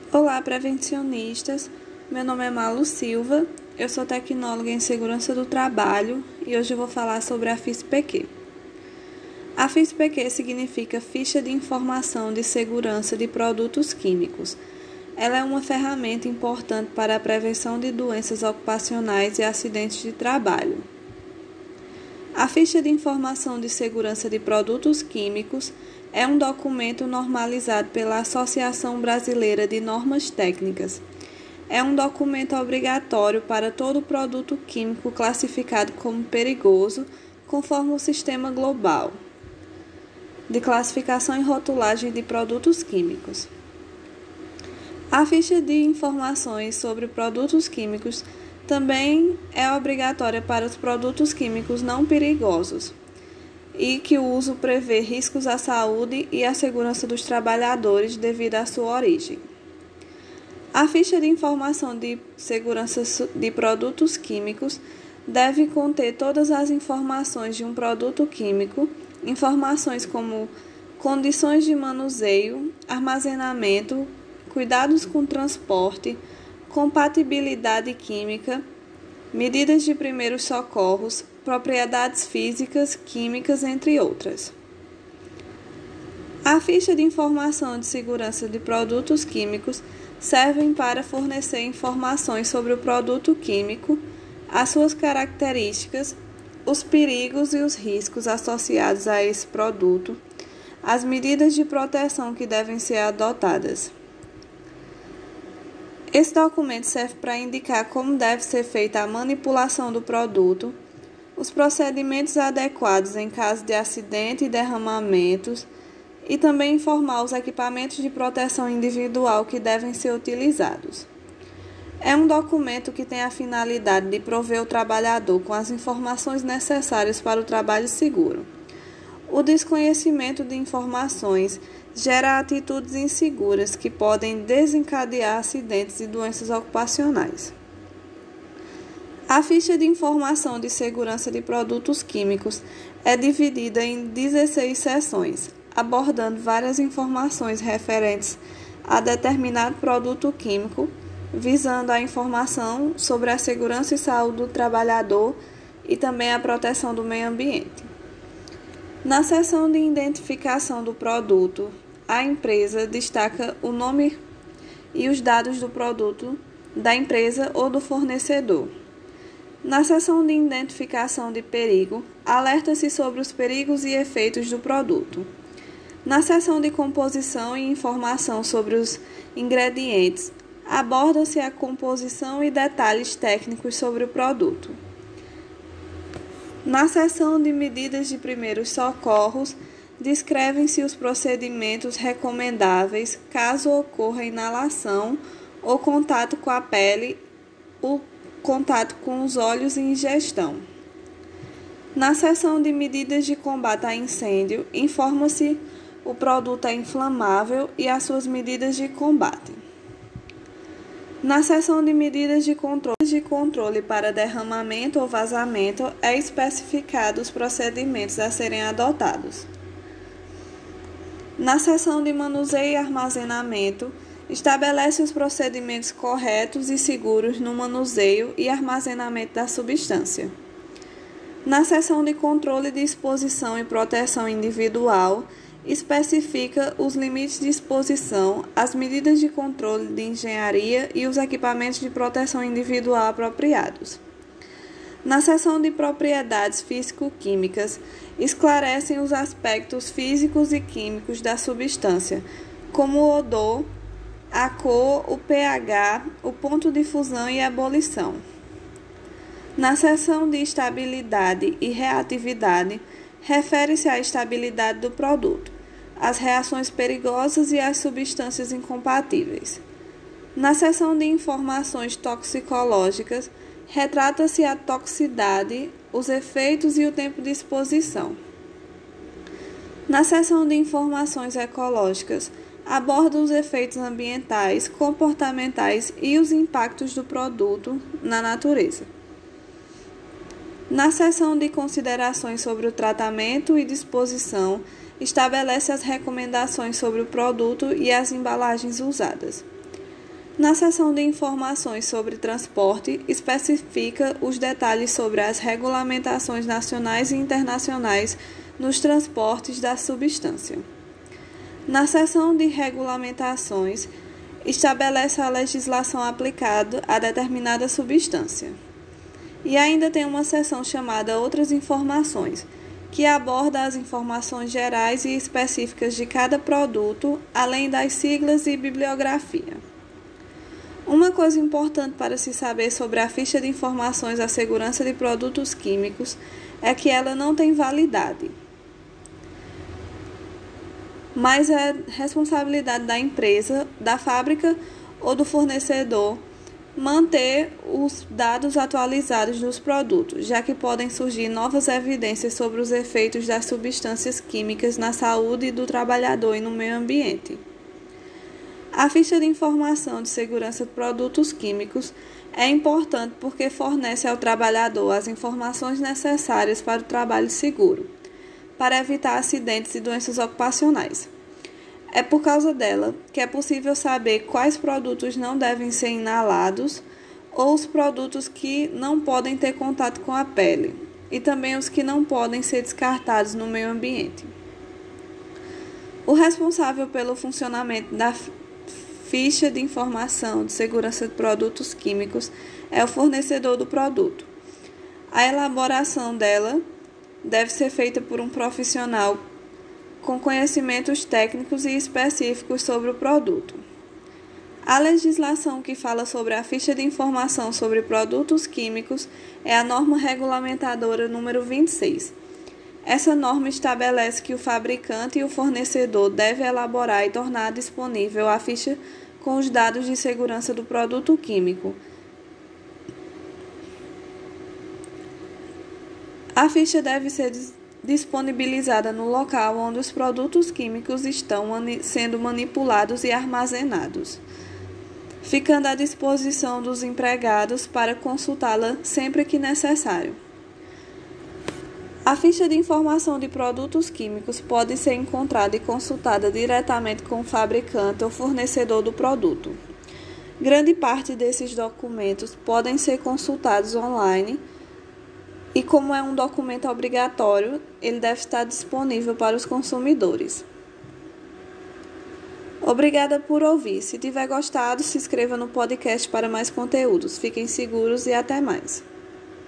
Olá, prevencionistas. Meu nome é Malu Silva, eu sou tecnóloga em segurança do trabalho e hoje eu vou falar sobre a FISPQ. A FISPQ significa Ficha de Informação de Segurança de Produtos Químicos. Ela é uma ferramenta importante para a prevenção de doenças ocupacionais e acidentes de trabalho. A Ficha de Informação de Segurança de Produtos Químicos é um documento normalizado pela Associação Brasileira de Normas Técnicas. É um documento obrigatório para todo produto químico classificado como perigoso, conforme o Sistema Global de Classificação e Rotulagem de Produtos Químicos. A Ficha de Informações sobre Produtos Químicos também é obrigatória para os produtos químicos não perigosos e que o uso prevê riscos à saúde e à segurança dos trabalhadores devido à sua origem. A ficha de informação de segurança de produtos químicos deve conter todas as informações de um produto químico, informações como condições de manuseio, armazenamento, cuidados com transporte, compatibilidade química, medidas de primeiros socorros, propriedades físicas, químicas, entre outras. A ficha de informação de segurança de produtos químicos serve para fornecer informações sobre o produto químico, as suas características, os perigos e os riscos associados a esse produto, as medidas de proteção que devem ser adotadas. Esse documento serve para indicar como deve ser feita a manipulação do produto, os procedimentos adequados em caso de acidente e derramamentos, e também informar os equipamentos de proteção individual que devem ser utilizados. É um documento que tem a finalidade de prover o trabalhador com as informações necessárias para o trabalho seguro. O desconhecimento de informações gera atitudes inseguras que podem desencadear acidentes e doenças ocupacionais. A ficha de informação de segurança de produtos químicos é dividida em 16 seções, abordando várias informações referentes a determinado produto químico, visando a informação sobre a segurança e saúde do trabalhador e também a proteção do meio ambiente. Na seção de identificação do produto, a empresa destaca o nome e os dados do produto da empresa ou do fornecedor. Na seção de identificação de perigo, alerta-se sobre os perigos e efeitos do produto. Na seção de composição e informação sobre os ingredientes, aborda-se a composição e detalhes técnicos sobre o produto. Na seção de medidas de primeiros socorros, descrevem-se os procedimentos recomendáveis caso ocorra inalação ou contato com a pele, ou contato com os olhos e ingestão. Na seção de medidas de combate a incêndio, informa-se o produto é inflamável e as suas medidas de combate. Na seção de medidas de controle para derramamento ou vazamento, é especificado os procedimentos a serem adotados. Na seção de manuseio e armazenamento, estabelece os procedimentos corretos e seguros no manuseio e armazenamento da substância. Na seção de controle de exposição e proteção individual, especifica os limites de exposição, as medidas de controle de engenharia e os equipamentos de proteção individual apropriados. Na seção de propriedades físico-químicas, esclarecem os aspectos físicos e químicos da substância, como o odor, a cor, o pH, o ponto de fusão e ebulição. Na seção de estabilidade e reatividade, refere-se à estabilidade do produto, às reações perigosas e às substâncias incompatíveis. Na seção de informações toxicológicas, retrata-se a toxicidade, os efeitos e o tempo de exposição. Na seção de informações ecológicas, aborda os efeitos ambientais, comportamentais e os impactos do produto na natureza. Na seção de considerações sobre o tratamento e disposição, estabelece as recomendações sobre o produto e as embalagens usadas. Na seção de informações sobre transporte, especifica os detalhes sobre as regulamentações nacionais e internacionais nos transportes da substância. Na seção de regulamentações, estabelece a legislação aplicada a determinada substância. E ainda tem uma seção chamada Outras Informações, que aborda as informações gerais e específicas de cada produto, além das siglas e bibliografia. Uma coisa importante para se saber sobre a ficha de informações à segurança de produtos químicos é que ela não tem validade, mas é responsabilidade da empresa, da fábrica ou do fornecedor manter os dados atualizados dos produtos, já que podem surgir novas evidências sobre os efeitos das substâncias químicas na saúde do trabalhador e no meio ambiente. A ficha de informação de segurança de produtos químicos é importante porque fornece ao trabalhador as informações necessárias para o trabalho seguro, para evitar acidentes e doenças ocupacionais. É por causa dela que é possível saber quais produtos não devem ser inalados ou os produtos que não podem ter contato com a pele e também os que não podem ser descartados no meio ambiente. O responsável pelo funcionamento da ficha de informação de segurança de produtos químicos é o fornecedor do produto. A elaboração dela deve ser feita por um profissional com conhecimentos técnicos e específicos sobre o produto. A legislação que fala sobre a ficha de informação sobre produtos químicos é a norma regulamentadora número 26. Essa norma estabelece que o fabricante e o fornecedor devem elaborar e tornar disponível a ficha com os dados de segurança do produto químico. A ficha deve ser disponibilizada no local onde os produtos químicos estão sendo manipulados e armazenados, ficando à disposição dos empregados para consultá-la sempre que necessário. A ficha de informação de produtos químicos pode ser encontrada e consultada diretamente com o fabricante ou fornecedor do produto. Grande parte desses documentos podem ser consultados online e, como é um documento obrigatório, ele deve estar disponível para os consumidores. Obrigada por ouvir. Se tiver gostado, se inscreva no podcast para mais conteúdos. Fiquem seguros e até mais.